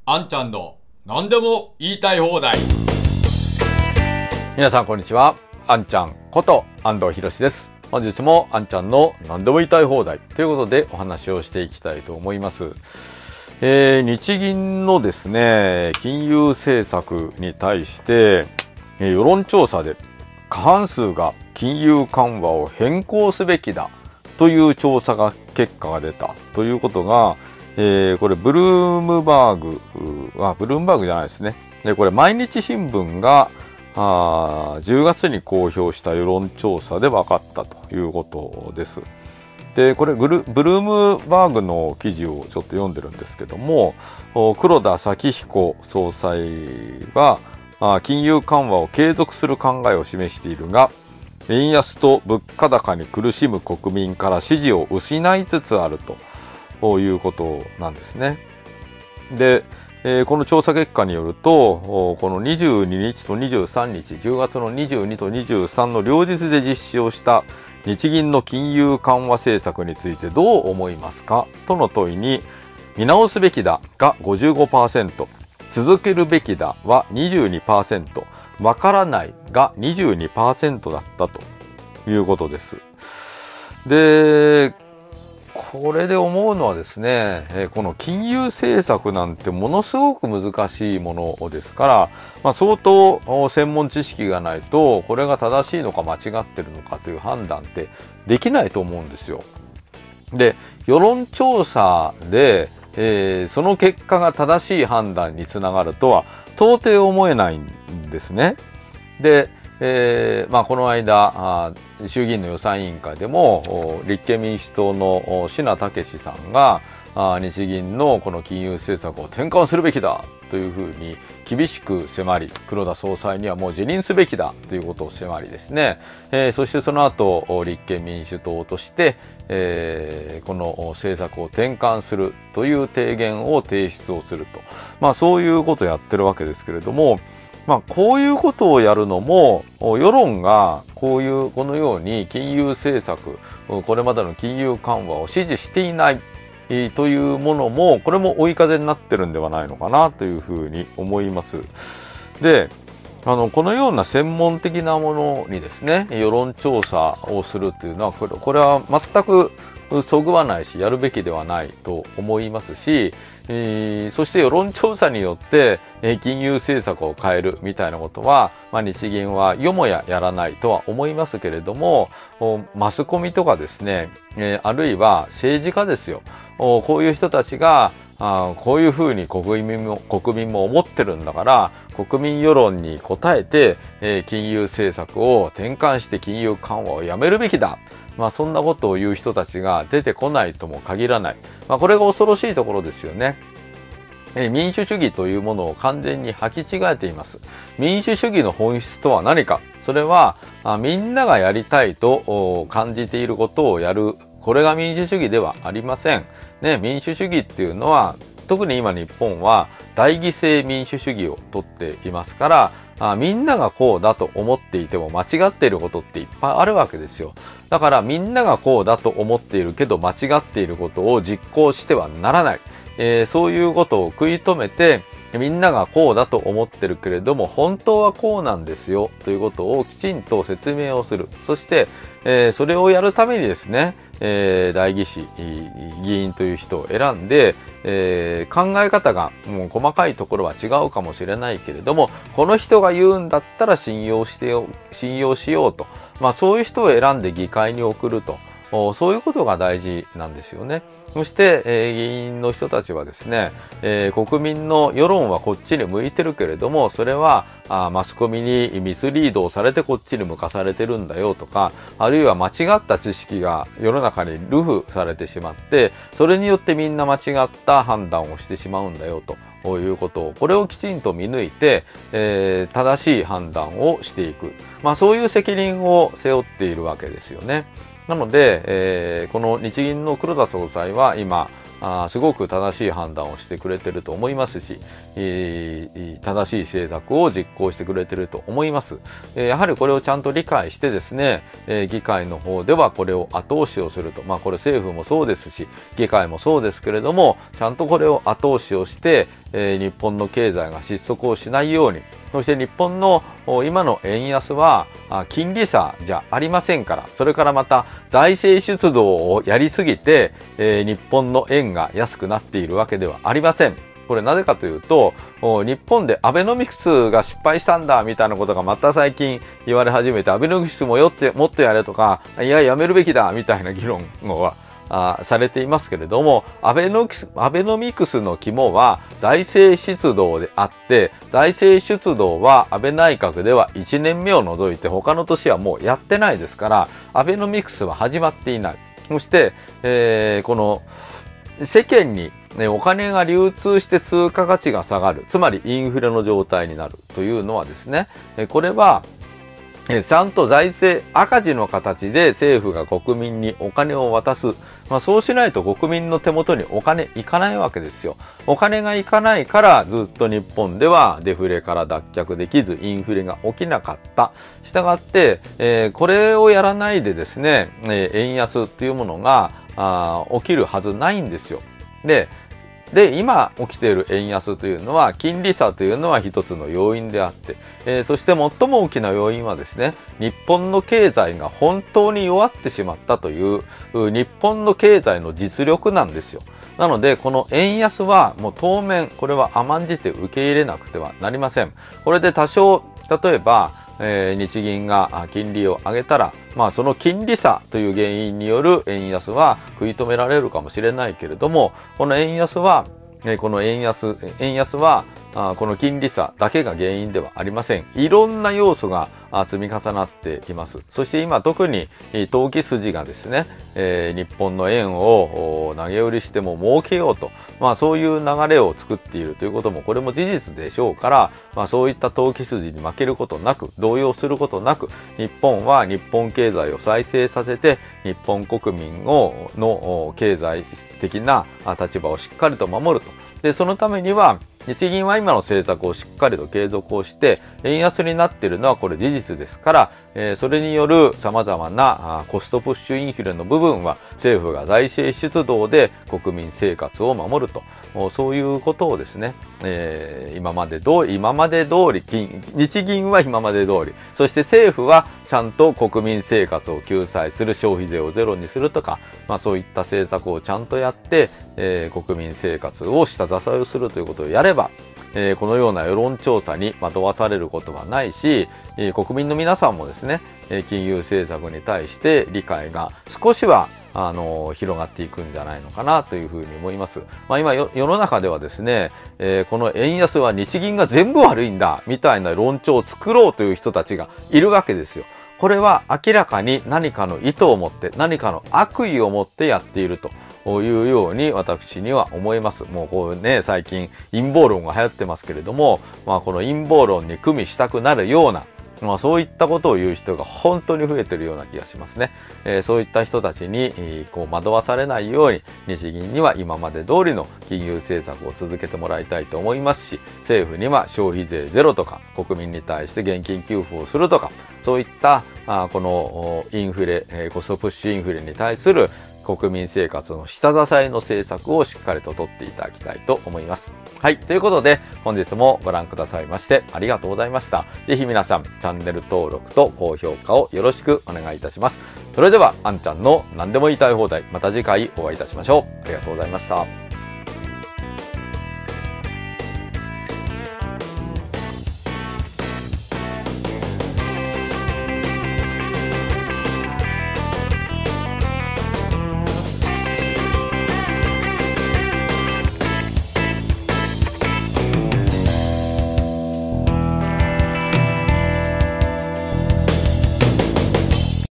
あんちゃんの何でも言いたい放題。 皆さんこんにちは。あんちゃんこと安藤博です。本日もあんちゃんの何でも言いたい放題ということでお話をしていきたいと思います。日銀のですね、金融政策に対して、世論調査で過半数が金融緩和を変更すべきだという調査結果が出たということが、これブルームバーグじゃないですね。でこれ毎日新聞が10月に公表した世論調査で分かったということです。でこれブルームバーグの記事をちょっと読んでるんですけども、黒田前彦総裁は金融緩和を継続する考えを示しているが、円安と物価高に苦しむ国民から支持を失いつつあるということなんですね。で、この調査結果によると、この22日と23日、10月の22と23の両日で実施をした日銀の金融緩和政策についてどう思いますかとの問いに、見直すべきだが 55%、続けるべきだは 22%、わからないが 22% だったということです。で、これで思うのはですね、この金融政策なんてものすごく難しいものですから、相当専門知識がないとこれが正しいのか間違ってるのかという判断ってできないと思うんですよ。で、世論調査で、その結果が正しい判断につながるとは到底思えないんですね。で、この間衆議院の予算委員会でも立憲民主党の椎名武さんが日銀のこの金融政策を転換するべきだというふうに厳しく迫り、黒田総裁にはもう辞任すべきだということを迫りですね、そしてその後立憲民主党として、この政策を転換するという提言を提出をすると、そういうことをやってるわけですけれども、こういうことをやるのも世論がこのように金融政策、これまでの金融緩和を支持していないというものも、これも追い風になってるんではないのかなというふうに思います。で、このような専門的なものにですね、世論調査をするというのはこれは全くそぐわないし、やるべきではないと思いますし、そして世論調査によって金融政策を変えるみたいなことは、日銀はよもややらないとは思いますけれども、マスコミとかですね、あるいは政治家ですよ、こういう人たちがこういうふうに国民も思ってるんだから、国民世論に応えて、金融政策を転換して金融緩和をやめるべきだ、そんなことを言う人たちが出てこないとも限らない、これが恐ろしいところですよね。民主主義というものを完全に履き違えています。民主主義の本質とは何か。それはみんながやりたいと感じていることをやる。これが民主主義ではありません。民主主義っていうのは、特に今日本は代議制民主主義をとっていますから、みんながこうだと思っていても間違っていることっていっぱいあるわけですよ。だからみんながこうだと思っているけど間違っていることを実行してはならない。そういうことを食い止めて、みんながこうだと思ってるけれども本当はこうなんですよということをきちんと説明をする。そして、それをやるためにですね、代議士議員という人を選んで、考え方がもう細かいところは違うかもしれないけれども、この人が言うんだったら信用しようと、そういう人を選んで議会に送ると、そういうことが大事なんですよね。そして、議員の人たちはですね、国民の世論はこっちに向いてるけれども、それはマスコミにミスリードをされてこっちに向かされてるんだよとか、あるいは間違った知識が世の中に流布されてしまって、それによってみんな間違った判断をしてしまうんだよということを、これをきちんと見抜いて、正しい判断をしていく、そういう責任を背負っているわけですよね。なので、この日銀の黒田総裁は今すごく正しい判断をしてくれてると思いますし、正しい政策を実行してくれてると思います。やはりこれをちゃんと理解してですね、議会の方ではこれを後押しをすると。これ政府もそうですし、議会もそうですけれども、ちゃんとこれを後押しをして、日本の経済が失速をしないように、そして日本の今の円安は金利差じゃありませんから、それからまた財政出動をやりすぎて、日本の円が安くなっているわけではありません。これなぜかというと、日本でアベノミクスが失敗したんだみたいなことがまた最近言われ始めて、アベノミクスももっとやれとか、いややめるべきだみたいな議論はされていますけれども、アベノミクスの肝は財政出動であって、財政出動は安倍内閣では1年目を除いて他の年はもうやってないですから、アベノミクスは始まっていない。そして、この世間にお金が流通して通貨価値が下がる、つまりインフレの状態になるというのはですね、これはちゃんと財政赤字の形で政府が国民にお金を渡す。そうしないと国民の手元にお金いかないわけですよ。お金がいかないからずっと日本ではデフレから脱却できずインフレが起きなかった。したがって、これをやらないでですね、円安っていうものが起きるはずないんですよ。で、今起きている円安というのは、金利差というのは一つの要因であって、そして最も大きな要因はですね、日本の経済が本当に弱ってしまったという、日本の経済の実力なんですよ。なので、この円安はもう当面、これは甘んじて受け入れなくてはなりません。これで多少、例えば、日銀が金利を上げたら、その金利差という原因による円安は食い止められるかもしれないけれども、この円安は、この金利差だけが原因ではありません。いろんな要素が積み重なってきます。そして今特に投機筋がですね、日本の円を投げ売りしても儲けようと、そういう流れを作っているということもこれも事実でしょうから、そういった投機筋に負けることなく、動揺することなく、日本は日本経済を再生させて、日本国民の経済的な立場をしっかりと守ると。で、そのためには、日銀は今の政策をしっかりと継続をして、円安になっているのはこれ事実ですから、それによる様々なコストプッシュインフレの部分は政府が財政出動で国民生活を守ると、そういうことをですね、今まで通り、日銀は今まで通り、そして政府はちゃんと国民生活を救済する、消費税をゼロにするとか、そういった政策をちゃんとやって、国民生活を下支えをするということをやれば、このような世論調査に惑わされることはないし、国民の皆さんもですね、金融政策に対して理解が少しは広がっていくんじゃないのかなというふうに思います。今世の中ではですね、この円安は日銀が全部悪いんだみたいな論調を作ろうという人たちがいるわけですよ。これは明らかに何かの意図を持って、何かの悪意を持ってやっているというように私には思います。もうこうね、最近陰謀論が流行ってますけれども、この陰謀論に組みしたくなるような、そういったことを言う人が本当に増えているような気がしますね。そういった人たちに惑わされないように、日銀には今まで通りの金融政策を続けてもらいたいと思いますし、政府には消費税ゼロとか、国民に対して現金給付をするとか、そういったこのインフレ、コストプッシュインフレに対する国民生活の下支えの政策をしっかりと取っていただきたいと思います。はい。ということで、本日もご覧くださいましてありがとうございました。ぜひ皆さん、チャンネル登録と高評価をよろしくお願いいたします。それでは、あんちゃんの何でも言いたい放題、また次回お会いいたしましょう。ありがとうございました。